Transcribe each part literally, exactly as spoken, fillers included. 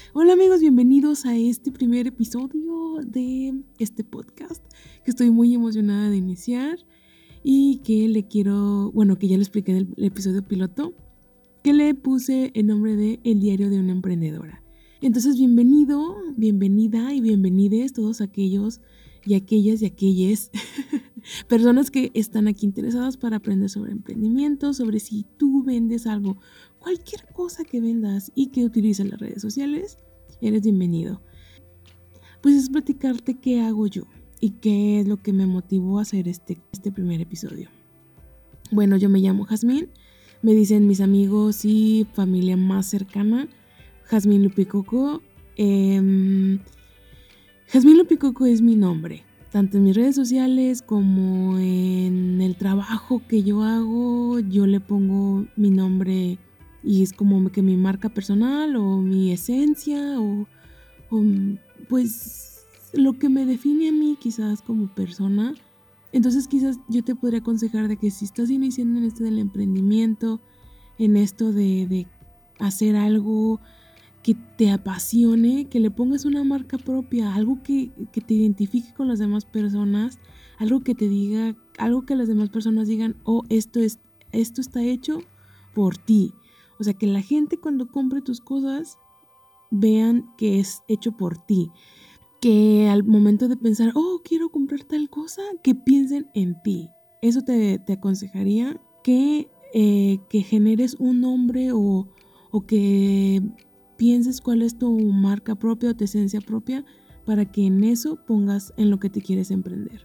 Hola amigos, bienvenidos a este primer episodio de este podcast que estoy muy emocionada de iniciar y que le quiero, bueno, que ya lo expliqué en el, el episodio piloto, que le puse el nombre de El diario de una emprendedora. Entonces, bienvenido, bienvenida y bienvenides todos aquellos y aquellas y aquellas personas que están aquí interesadas para aprender sobre emprendimiento, sobre si tú vendes algo, cualquier cosa que vendas y que utilices las redes sociales, eres bienvenido. Pues es platicarte qué hago yo y qué es lo que me motivó a hacer este, este primer episodio. Bueno, yo me llamo Jazmín, me dicen mis amigos y familia más cercana, Jazmín Lupicoco. Eh, Jazmín Lupicoco es mi nombre, tanto en mis redes sociales como en el trabajo que yo hago, yo le pongo mi nombre y es como que mi marca personal o mi esencia o, o pues lo que me define a mí quizás como persona. Entonces quizás yo te podría aconsejar de que si estás iniciando en esto del emprendimiento, en esto de, de hacer algo que te apasione, que le pongas una marca propia, algo que, que te identifique con las demás personas, algo que te diga, algo que las demás personas digan, oh, esto, es, esto está hecho por ti. O sea, que la gente cuando compre tus cosas vean que es hecho por ti. Que al momento de pensar, oh, quiero comprar tal cosa, que piensen en ti. Eso te, te aconsejaría que, eh, que generes un nombre o, o que pienses cuál es tu marca propia o tu esencia propia para que en eso pongas en lo que te quieres emprender.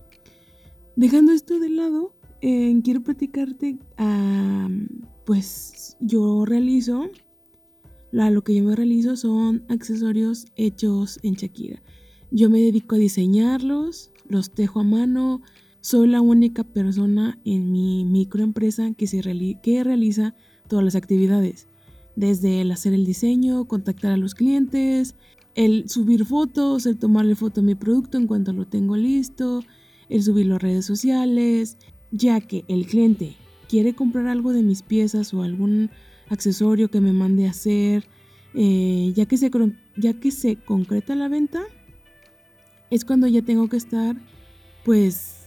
Dejando esto de lado, eh, quiero platicarte, uh, pues yo realizo, la, lo que yo me realizo son accesorios hechos en Shakira. Yo me dedico a diseñarlos, los tejo a mano, soy la única persona en mi microempresa que, se reali- que realiza todas las actividades. Desde el hacer el diseño, contactar a los clientes, el subir fotos, el tomarle foto a mi producto en cuanto lo tengo listo, el subirlo a redes sociales, ya que el cliente quiere comprar algo de mis piezas o algún accesorio que me mande a hacer, eh, ya, que se, ya que se concreta la venta, es cuando ya tengo que estar, pues,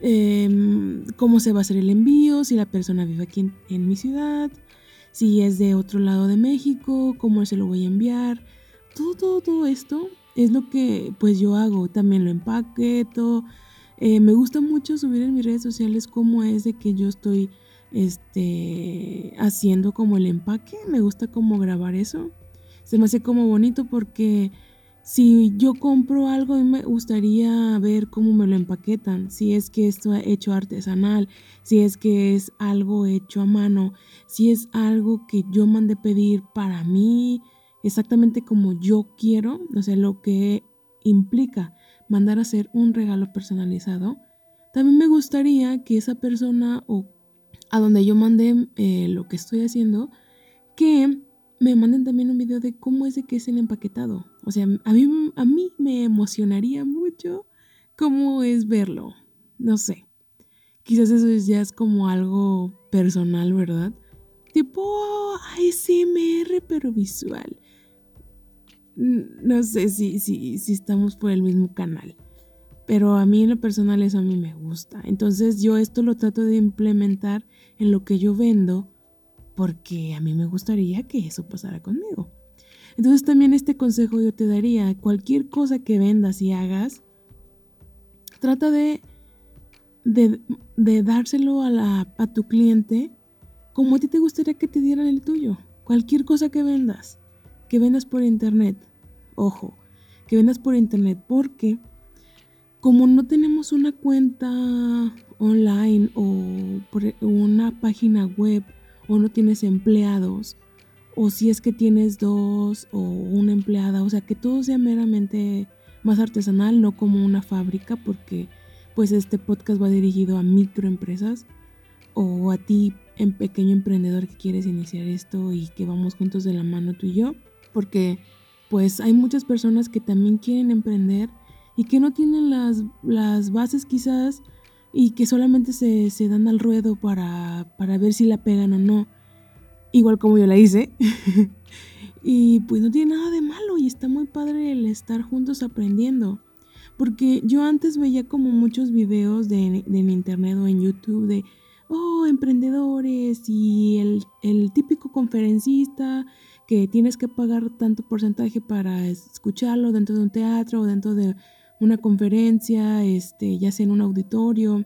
eh, cómo se va a hacer el envío, si la persona vive aquí en, en mi ciudad, si es de otro lado de México, cómo se lo voy a enviar. Todo, todo, todo esto es lo que pues yo hago. También lo empaqueto. Eh, me gusta mucho subir en mis redes sociales cómo es de que yo estoy este, haciendo como el empaque. Me gusta como grabar eso. Se me hace como bonito porque si yo compro algo, a mí me gustaría ver cómo me lo empaquetan, si es que esto es hecho artesanal, si es que es algo hecho a mano, si es algo que yo mandé pedir para mí, exactamente como yo quiero, o sea, lo que implica mandar a hacer un regalo personalizado. También me gustaría que esa persona o a donde yo mandé eh, lo que estoy haciendo, que me manden también un video de cómo es de que es el empaquetado. O sea, a mí, a mí me emocionaría mucho cómo es verlo. No sé. Quizás eso ya es como algo personal, ¿verdad? Tipo A S M R, pero visual. No sé si, si, si estamos por el mismo canal. Pero a mí en lo personal eso a mí me gusta. Entonces yo esto lo trato de implementar en lo que yo vendo, porque a mí me gustaría que eso pasara conmigo. Entonces también este consejo yo te daría: cualquier cosa que vendas y hagas, trata de, de, de dárselo a, la, a tu cliente como a ti te gustaría que te dieran el tuyo. Cualquier cosa que vendas, que vendas por internet, ojo, que vendas por internet, porque como no tenemos una cuenta online o una página web, o no tienes empleados, o si es que tienes dos o una empleada, o sea, que todo sea meramente más artesanal, no como una fábrica, porque pues este podcast va dirigido a microempresas o a ti, en pequeño emprendedor que quieres iniciar esto y que vamos juntos de la mano tú y yo, porque pues hay muchas personas que también quieren emprender y que no tienen las, las bases quizás, y que solamente se, se dan al ruedo para, para ver si la pegan o no, igual como yo la hice. Y pues no tiene nada de malo y está muy padre el estar juntos aprendiendo. Porque yo antes veía como muchos videos de, de en internet o en YouTube de, oh, emprendedores y el, el típico conferencista que tienes que pagar tanto porcentaje para escucharlo dentro de un teatro o dentro de una conferencia, este, ya sea en un auditorio,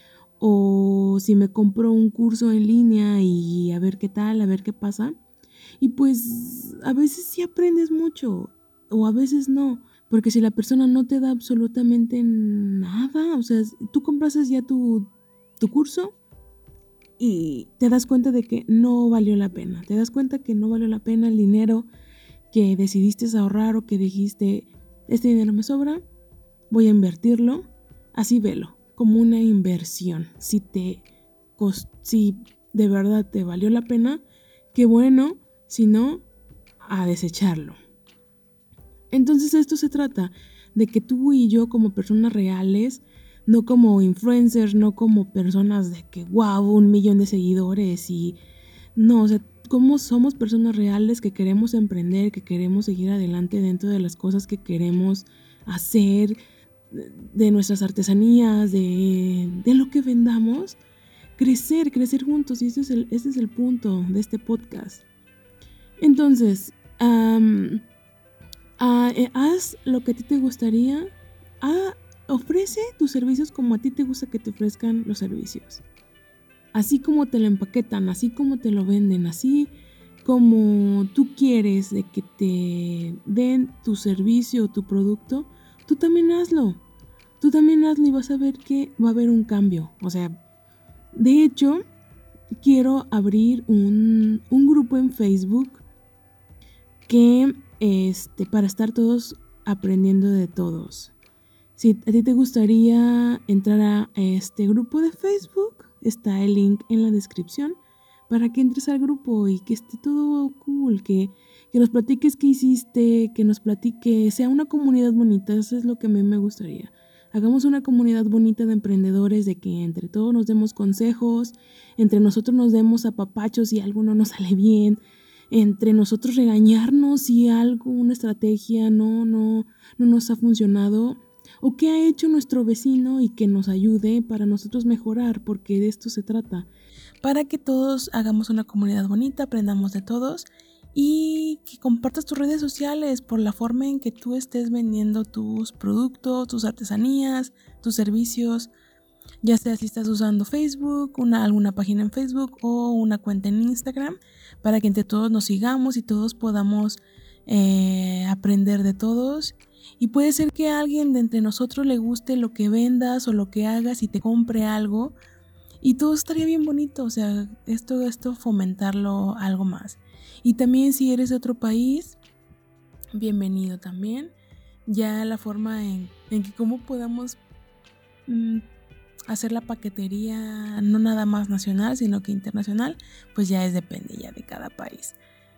o si me compro un curso en línea y a ver qué tal, a ver qué pasa. Y pues a veces sí aprendes mucho o a veces no, porque si la persona no te da absolutamente nada, o sea, tú compraste ya tu, tu curso y te das cuenta de que no valió la pena, te das cuenta que no valió la pena el dinero que decidiste ahorrar o que dijiste, este dinero me sobra, voy a invertirlo, así velo, como una inversión. Si te cost- si de verdad te valió la pena, qué bueno, si no, a desecharlo. Entonces esto se trata de que tú y yo como personas reales, no como influencers, no como personas de que wow, un millón de seguidores y no, o sea, como somos personas reales que queremos emprender, que queremos seguir adelante dentro de las cosas que queremos hacer, de nuestras artesanías, de, de lo que vendamos, crecer, crecer juntos y este es el, este es el punto de este podcast. Entonces, um, uh, eh, haz lo que a ti te gustaría, uh, ofrece tus servicios como a ti te gusta que te ofrezcan los servicios. Así como te lo empaquetan, así como te lo venden, así como tú quieres de que te den tu servicio o tu producto, tú también hazlo. Tú también hazlo y vas a ver que va a haber un cambio. O sea, de hecho, quiero abrir un, un grupo en Facebook que este, para estar todos aprendiendo de todos. Si a ti te gustaría entrar a este grupo de Facebook, está el link en la descripción para que entres al grupo y que esté todo cool, que, que nos platiques qué hiciste, que nos platique, sea una comunidad bonita, eso es lo que a mí me gustaría. Hagamos una comunidad bonita de emprendedores, de que entre todos nos demos consejos, entre nosotros nos demos apapachos si algo no nos sale bien, entre nosotros regañarnos si algo, una estrategia no, no, no nos ha funcionado, o qué ha hecho nuestro vecino y que nos ayude para nosotros mejorar, porque de esto se trata. Para que todos hagamos una comunidad bonita, aprendamos de todos y que compartas tus redes sociales por la forma en que tú estés vendiendo tus productos, tus artesanías, tus servicios, ya sea si estás usando Facebook, una, alguna página en Facebook o una cuenta en Instagram, para que entre todos nos sigamos y todos podamos eh, aprender de todos. Y puede ser que a alguien de entre nosotros le guste lo que vendas o lo que hagas y te compre algo. Y todo estaría bien bonito, o sea, esto, esto fomentarlo algo más. Y también si eres de otro país, bienvenido también. Ya la forma en, en que cómo podamos mmm, hacer la paquetería no nada más nacional, sino que internacional, pues ya es depende ya de cada país.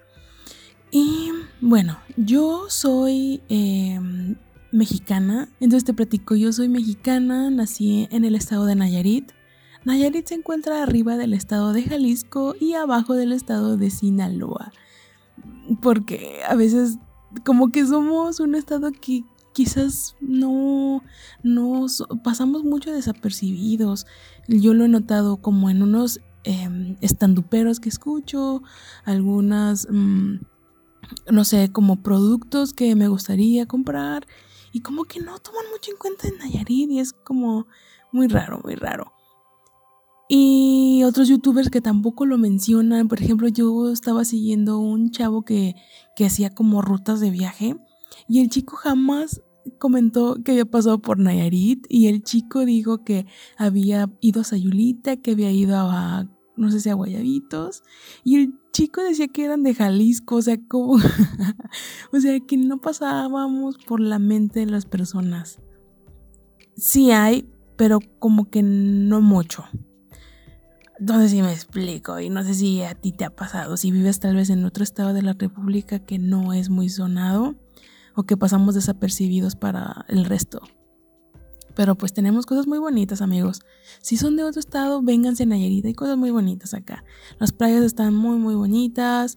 Y bueno, yo soy eh, mexicana, entonces te platico, yo soy mexicana, nací en el estado de Nayarit. Nayarit se encuentra arriba del estado de Jalisco y abajo del estado de Sinaloa, porque a veces como que somos un estado que quizás no, no pasamos mucho desapercibidos. Yo lo he notado como en unos eh, estanduperos que escucho, algunas, mmm, no sé, como productos que me gustaría comprar y como que no toman mucho en cuenta en Nayarit y es como muy raro, muy raro. Y otros youtubers que tampoco lo mencionan, por ejemplo, yo estaba siguiendo un chavo que, que hacía como rutas de viaje y el chico jamás comentó que había pasado por Nayarit y el chico dijo que había ido a Sayulita, que había ido a, no sé si a Guayabitos, y el chico decía que eran de Jalisco, o sea, como, o sea, que no pasábamos por la mente de las personas. Sí hay, pero como que no mucho. No sé si me explico y no sé si a ti te ha pasado, si vives tal vez en otro estado de la república que no es muy sonado o que pasamos desapercibidos para el resto. Pero pues tenemos cosas muy bonitas, amigos. Si son de otro estado, vénganse a Nayarit, hay cosas muy bonitas acá. Las playas están muy muy bonitas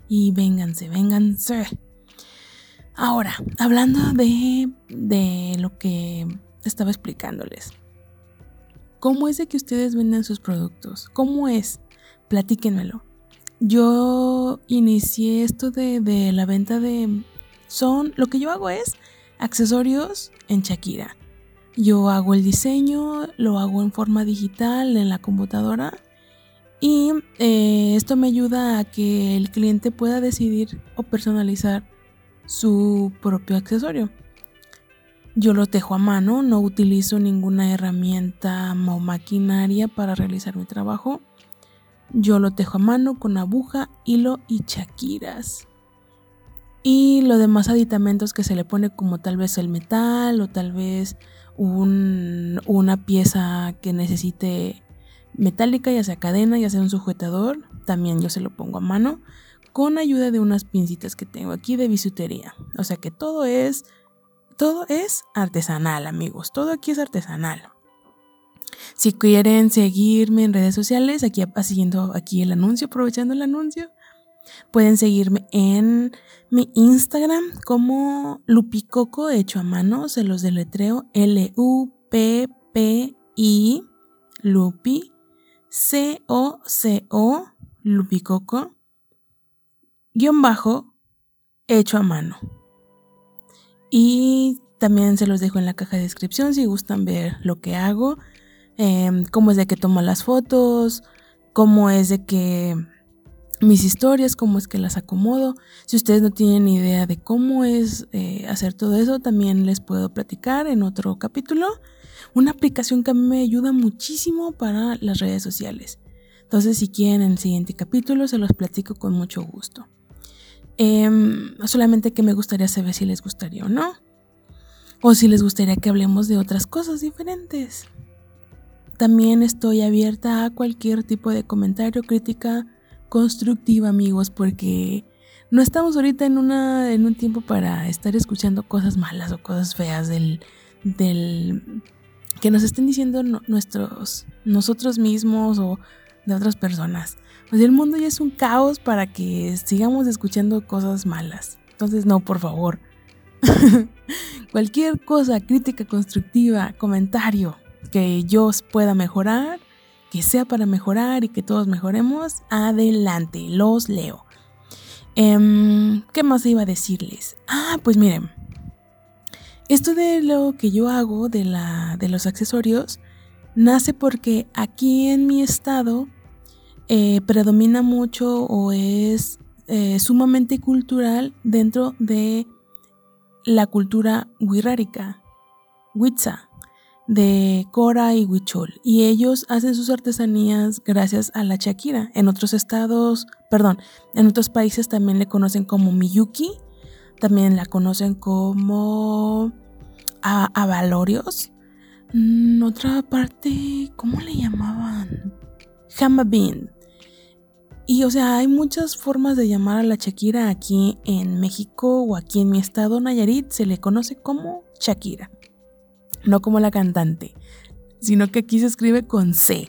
y vénganse, vénganse. Ahora, hablando de, de lo que estaba explicándoles. ¿Cómo es de que ustedes venden sus productos? ¿Cómo es? Platíquenmelo. Yo inicié esto de, de la venta de... Son, lo que yo hago es accesorios en Shakira. Yo hago el diseño, lo hago en forma digital en la computadora y eh, esto me ayuda a que el cliente pueda decidir o personalizar su propio accesorio. Yo lo tejo a mano, no utilizo ninguna herramienta o maquinaria para realizar mi trabajo. Yo lo tejo a mano con aguja, hilo y chaquiras. Y los demás aditamentos que se le pone, como tal vez el metal o tal vez un, una pieza que necesite metálica, ya sea cadena, ya sea un sujetador, también yo se lo pongo a mano con ayuda de unas pincitas que tengo aquí de bisutería. O sea que todo es, todo es artesanal, amigos. Todo aquí es artesanal. Si quieren seguirme en redes sociales, aquí haciendo aquí el anuncio, aprovechando el anuncio, pueden seguirme en mi Instagram como Lupicoco hecho a mano. Se los deletreo L U P P I Lupi C O C O Lupicoco guión bajo hecho a mano. Y también se los dejo en la caja de descripción si gustan ver lo que hago, eh, cómo es de que tomo las fotos, cómo es de que mis historias, cómo es que las acomodo. Si ustedes no tienen idea de cómo es eh, hacer todo eso, también les puedo platicar en otro capítulo. Una aplicación que a mí me ayuda muchísimo para las redes sociales. Entonces, si quieren en el siguiente capítulo, se los platico con mucho gusto. Eh, solamente que me gustaría saber si les gustaría o no. O si les gustaría que hablemos de otras cosas diferentes. También estoy abierta a cualquier tipo de comentario, crítica constructiva, amigos, porque no estamos ahorita en una en un tiempo para estar escuchando cosas malas o cosas feas del del que nos estén diciendo no, nuestros nosotros mismos o de otras personas. Pues el mundo ya es un caos para que sigamos escuchando cosas malas. Entonces, no, por favor. Cualquier cosa, crítica constructiva, comentario que yo pueda mejorar, que sea para mejorar y que todos mejoremos, adelante, los leo. Eh, ¿Qué más iba a decirles? Ah, pues miren, esto de lo que yo hago de, la, de los accesorios nace porque aquí en mi estado eh, predomina mucho o es eh, sumamente cultural dentro de la cultura wixárika, huiza, de Cora y Huichol, y ellos hacen sus artesanías gracias a la Shakira. En otros estados, perdón, en otros países también le conocen como Miyuki, también la conocen como a, abalorios. En otra parte, ¿cómo le llamaban? Hamabin. Y o sea, hay muchas formas de llamar a la Shakira aquí en México o aquí en mi estado Nayarit, se le conoce como Shakira. No como la cantante, sino que aquí se escribe con C.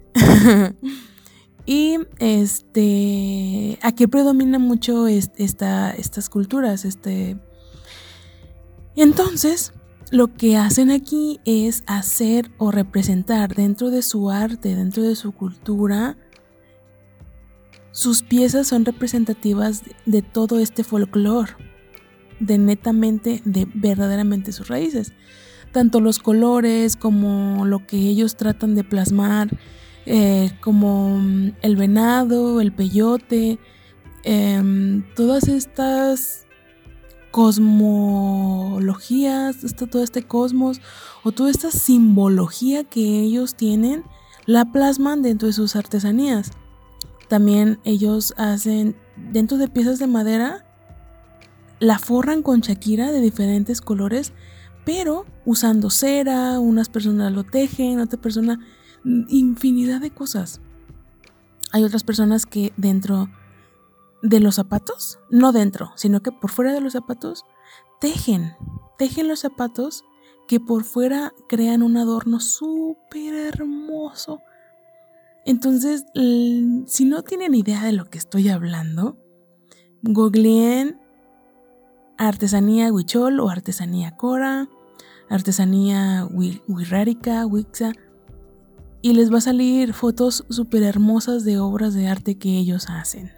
Y este aquí predomina mucho esta, estas culturas. Este. Entonces, lo que hacen aquí es hacer o representar dentro de su arte, dentro de su cultura. Sus piezas son representativas de, de todo este folclore, de netamente, de verdaderamente sus raíces. Tanto los colores como lo que ellos tratan de plasmar, eh, como el venado, el peyote, eh, todas estas cosmologías, esto, todo este cosmos o toda esta simbología que ellos tienen, la plasman dentro de sus artesanías. También ellos hacen, dentro de piezas de madera, la forran con Shakira de diferentes colores, pero usando cera. Unas personas lo tejen, otra persona, infinidad de cosas. Hay otras personas que dentro de los zapatos, no dentro, sino que por fuera de los zapatos, tejen, tejen los zapatos que por fuera crean un adorno súper hermoso. Entonces, si no tienen idea de lo que estoy hablando, googleen artesanía huichol o artesanía cora, artesanía wixárika, wixa, y les va a salir fotos súper hermosas de obras de arte que ellos hacen.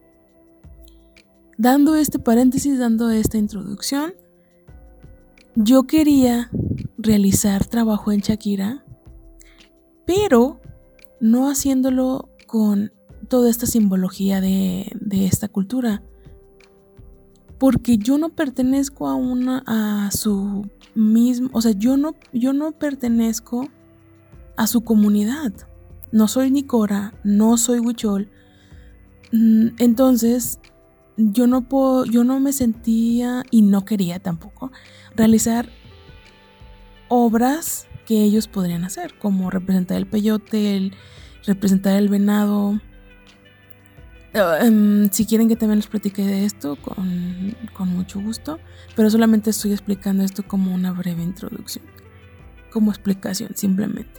Dando este paréntesis, dando esta introducción, yo quería realizar trabajo en Shakira, pero no haciéndolo con toda esta simbología de, de esta cultura, porque yo no pertenezco a una a su mismo, o sea, yo no yo no pertenezco a su comunidad. No soy ni cora, no soy huichol. Entonces, yo no puedo, yo no me sentía y no quería tampoco realizar obras que ellos podrían hacer, como representar el peyote, el, representar el venado. Uh, um, si quieren que también les platique de esto, con, con mucho gusto, pero solamente estoy explicando esto como una breve introducción, como explicación simplemente.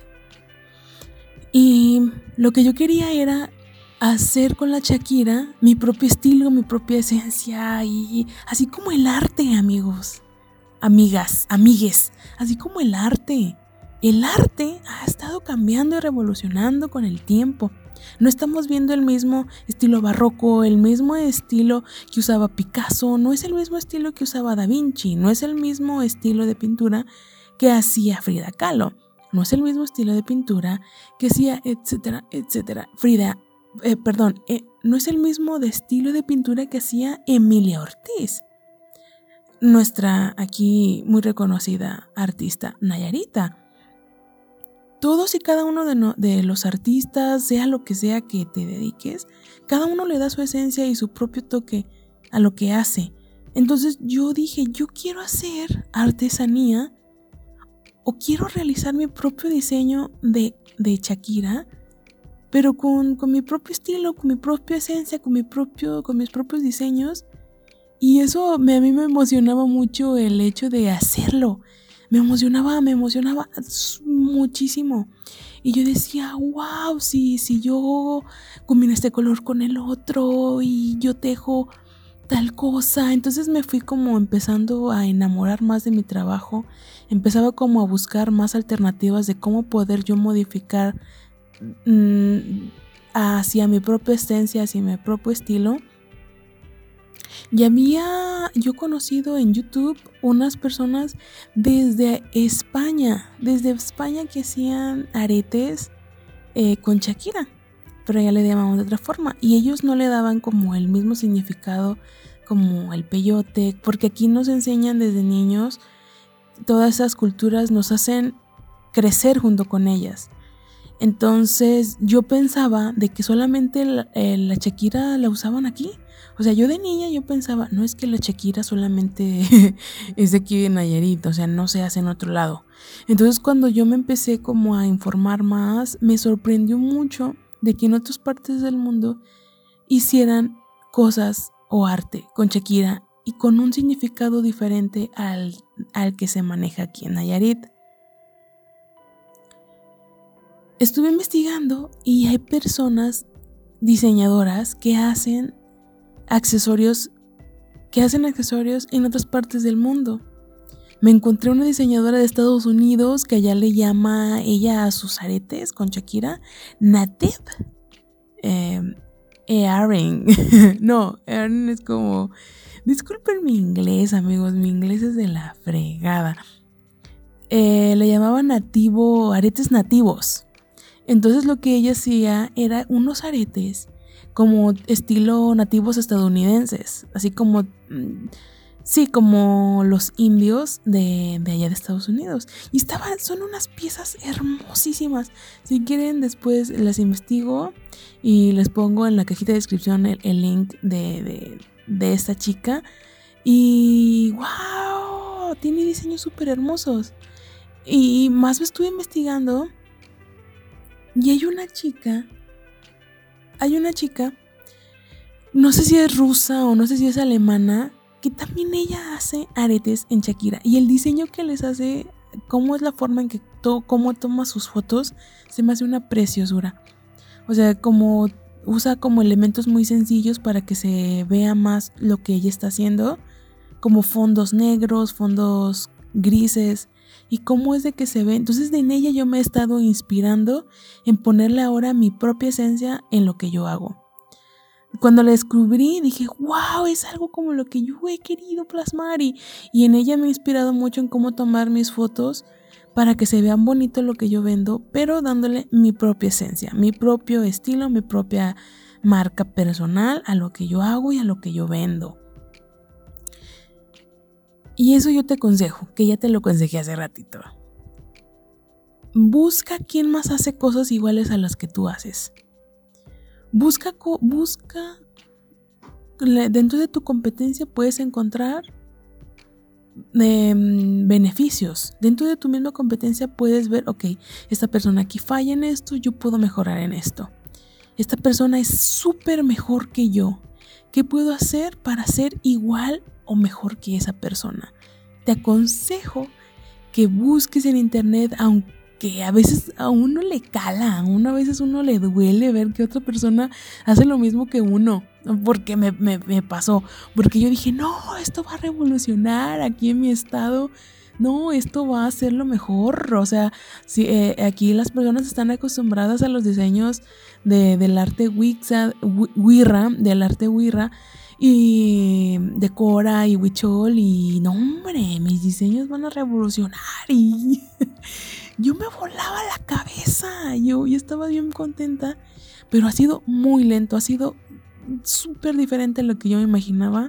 Y lo que yo quería era hacer con la Shakira mi propio estilo, mi propia esencia, y así como el arte, amigos, amigas, amigues, así como el arte. El arte ha estado cambiando y revolucionando con el tiempo. No estamos viendo el mismo estilo barroco, el mismo estilo que usaba Picasso, no es el mismo estilo que usaba Da Vinci, no es el mismo estilo de pintura que hacía Frida Kahlo, no es el mismo estilo de pintura que hacía etcétera, etcétera. Frida, eh, perdón, eh, no es el mismo de estilo de pintura que hacía Emilia Ortiz, nuestra aquí muy reconocida artista Nayarita. Todos y cada uno de, no, de los artistas, sea lo que sea que te dediques, cada uno le da su esencia y su propio toque a lo que hace. Entonces yo dije, yo quiero hacer artesanía o quiero realizar mi propio diseño de, de Shakira, pero con, con mi propio estilo, con mi propia esencia, con, mi propio, con mis propios diseños. Y eso me, a mí me emocionaba mucho el hecho de hacerlo. Me emocionaba, me emocionaba muchísimo. Y yo decía, wow, si, si yo combino este color con el otro y yo tejo tal cosa. Entonces me fui como empezando a enamorar más de mi trabajo. Empezaba como a buscar más alternativas de cómo poder yo modificar mmm, hacia mi propia esencia, hacia mi propio estilo. Y había yo conocido en YouTube unas personas desde España, desde España que hacían aretes eh, con Shakira, pero ya le llamamos de otra forma. Y ellos no le daban como el mismo significado como el peyote, porque aquí nos enseñan desde niños, todas esas culturas nos hacen crecer junto con ellas. Entonces yo pensaba de que solamente la, eh, la Shakira la usaban aquí. O sea, yo de niña yo pensaba, no es que la Shakira solamente es de aquí de Nayarit, o sea, no se hace en otro lado. Entonces cuando yo me empecé como a informar más, me sorprendió mucho de que en otras partes del mundo hicieran cosas o arte con Shakira y con un significado diferente al, al que se maneja aquí en Nayarit. Estuve investigando y hay personas diseñadoras que hacen accesorios que hacen accesorios en otras partes del mundo. Me encontré una diseñadora de Estados Unidos que allá le llama ella a sus aretes con Shakira native eh, earring. No, earring es como, disculpen mi inglés, amigos, mi inglés es de la fregada. Eh, le llamaba nativo, aretes nativos. Entonces lo que ella hacía era unos aretes como estilo nativos estadounidenses, así como, sí, como los indios de, de allá de Estados Unidos. Y estaban, son unas piezas hermosísimas. Si quieren después las investigo y les pongo en la cajita de descripción el, el link de, de, de esta chica. Y wow, tiene diseños súper hermosos. Y más me estuve investigando y hay una chica Hay una chica, no sé si es rusa o no sé si es alemana, que también ella hace aretes en Shakira. Y el diseño que les hace, cómo es la forma en que to, cómo toma sus fotos, se me hace una preciosura. O sea, como usa como elementos muy sencillos para que se vea más lo que ella está haciendo, como fondos negros, fondos grises, y cómo es de que se ve. Entonces en ella yo me he estado inspirando en ponerle ahora mi propia esencia en lo que yo hago. Cuando la descubrí dije, wow, es algo como lo que yo he querido plasmar, y, y en ella me he inspirado mucho en cómo tomar mis fotos para que se vean bonito lo que yo vendo, pero dándole mi propia esencia, mi propio estilo, mi propia marca personal a lo que yo hago y a lo que yo vendo. Y eso yo te aconsejo, que ya te lo aconsejé hace ratito. Busca quién más hace cosas iguales a las que tú haces. Busca, busca, dentro de tu competencia puedes encontrar eh, beneficios. Dentro de tu misma competencia puedes ver, ok, esta persona aquí falla en esto, yo puedo mejorar en esto. Esta persona es súper mejor que yo. ¿Qué puedo hacer para ser igual o mejor que esa persona? Te aconsejo que busques en internet, aunque a veces a uno le cala, a uno a veces uno le duele ver que otra persona hace lo mismo que uno, porque me, me, me pasó, porque yo dije, no, esto va a revolucionar aquí en mi estado, no, esto va a ser lo mejor. O sea, si, eh, aquí las personas están acostumbradas a los diseños de, del arte Wixa, Wira, del arte Wira, y de Cora y Huichol, y no hombre, mis diseños van a revolucionar, y yo me volaba la cabeza, yo, yo estaba bien contenta, pero ha sido muy lento, ha sido súper diferente a lo que yo me imaginaba,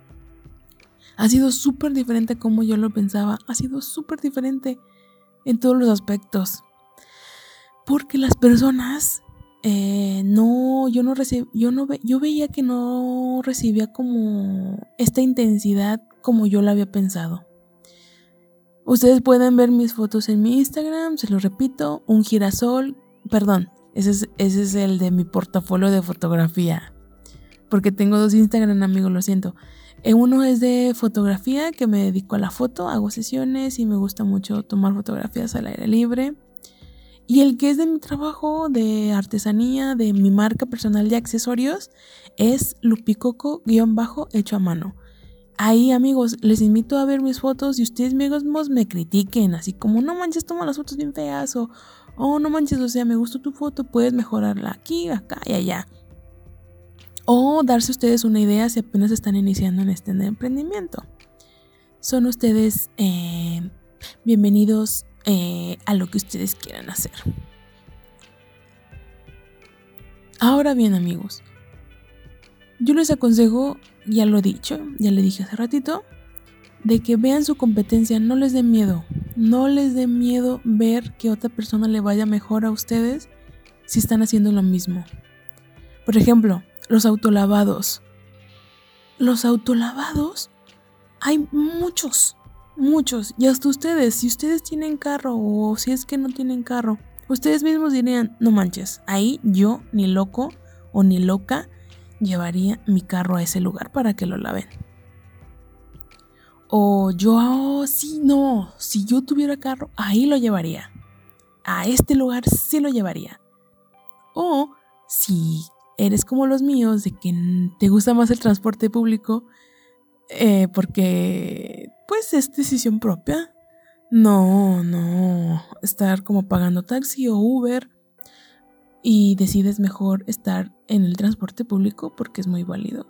ha sido súper diferente a como yo lo pensaba, ha sido súper diferente en todos los aspectos, porque las personas Eh, no, yo no recib, yo no ve, yo veía que no recibía como esta intensidad como yo la había pensado. Ustedes pueden ver mis fotos en mi Instagram, se lo repito, un girasol, perdón, ese es, ese es el de mi portafolio de fotografía, porque tengo dos Instagram, amigos, lo siento. Eh, uno es de fotografía, que me dedico a la foto, hago sesiones y me gusta mucho tomar fotografías al aire libre. Y el que es de mi trabajo de artesanía, de mi marca personal de accesorios, es lupicoco-hecho a mano. Ahí, amigos, les invito a ver mis fotos y ustedes mismos me critiquen, así como, no manches, toma las fotos bien feas, o oh, no manches, o sea, me gustó tu foto, puedes mejorarla aquí, acá y allá. O darse ustedes una idea si apenas están iniciando en este emprendimiento. Son ustedes eh, bienvenidos Eh, a lo que ustedes quieran hacer. Ahora bien, amigos, yo les aconsejo, ya lo he dicho, ya le dije hace ratito, de que vean su competencia, no les dé miedo, no les dé miedo ver que otra persona le vaya mejor a ustedes si están haciendo lo mismo. Por ejemplo, los autolavados. Los autolavados, hay muchos. Muchos, y hasta ustedes, si ustedes tienen carro o si es que no tienen carro, ustedes mismos dirían, no manches, ahí yo ni loco o ni loca llevaría mi carro a ese lugar para que lo laven. O yo, oh, sí, no, si yo tuviera carro, ahí lo llevaría, a este lugar sí lo llevaría. O si eres como los míos, de que te gusta más el transporte público, Eh, porque pues es decisión propia, no, no estar como pagando taxi o Uber, y decides mejor estar en el transporte público porque es muy válido,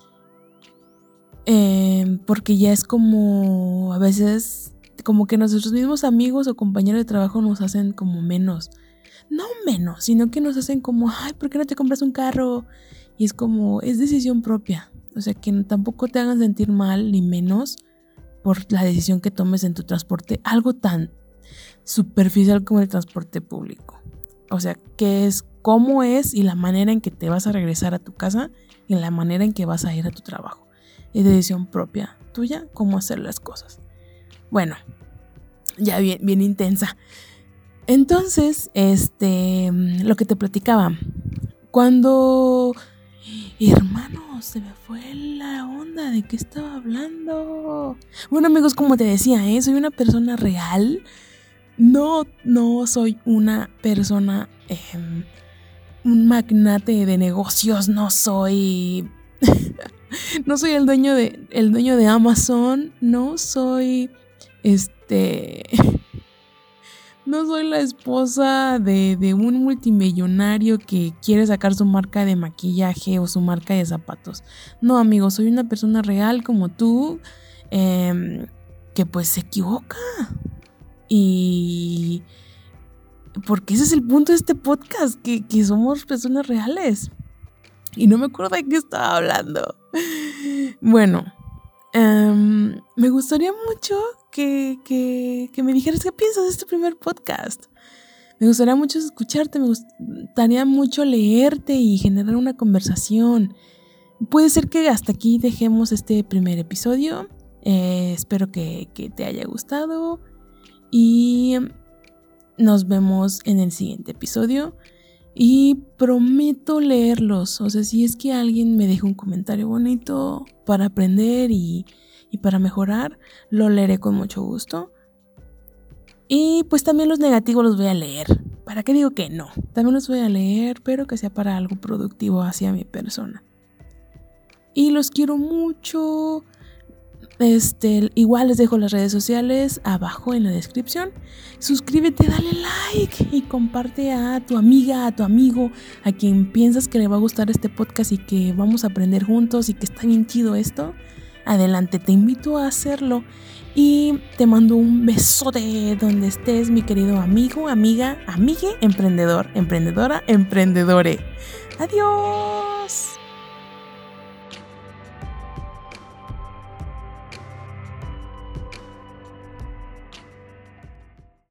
eh, porque ya es como a veces como que nuestros mismos amigos o compañeros de trabajo nos hacen como menos, no menos, sino que nos hacen como, ay, ¿por qué no te compras un carro? Y es como, es decisión propia. O sea, que tampoco te hagan sentir mal ni menos por la decisión que tomes en tu transporte, algo tan superficial como el transporte público. O sea, que es cómo es y la manera en que te vas a regresar a tu casa y la manera en que vas a ir a tu trabajo. Es decisión propia tuya cómo hacer las cosas. Bueno, ya bien, bien intensa. Entonces, este, lo que te platicaba, cuando... Hermano, se me fue la onda de qué estaba hablando. Bueno, amigos, como te decía, ¿eh? Soy una persona real. No, no soy una persona eh, un magnate de negocios, no soy... no soy el dueño de, el dueño de Amazon, no soy... Este... No soy la esposa de, de un multimillonario que quiere sacar su marca de maquillaje o su marca de zapatos. No, amigo, soy una persona real como tú, eh, que pues se equivoca. Y... porque ese es el punto de este podcast, que, que somos personas reales. Y no me acuerdo de qué estaba hablando. Bueno, um, me gustaría mucho que, que, que me dijeras qué piensas de este primer podcast. Me gustaría mucho escucharte, me gustaría mucho leerte y generar una conversación. Puede ser que hasta aquí dejemos este primer episodio. Eh, espero que, que te haya gustado y nos vemos en el siguiente episodio. Y prometo leerlos, o sea, si es que alguien me deja un comentario bonito para aprender y, y para mejorar, lo leeré con mucho gusto. Y pues también los negativos los voy a leer, ¿para qué digo que no? También los voy a leer, pero que sea para algo productivo hacia mi persona. Y los quiero mucho. Este, igual les dejo las redes sociales abajo en la descripción. Suscríbete, dale like y comparte a tu amiga, a tu amigo, a quien piensas que le va a gustar este podcast y que vamos a aprender juntos y que está bien chido esto. Adelante, te invito a hacerlo y te mando un besote donde estés, mi querido amigo, amiga, amigue, emprendedor, emprendedora, emprendedore. Adiós.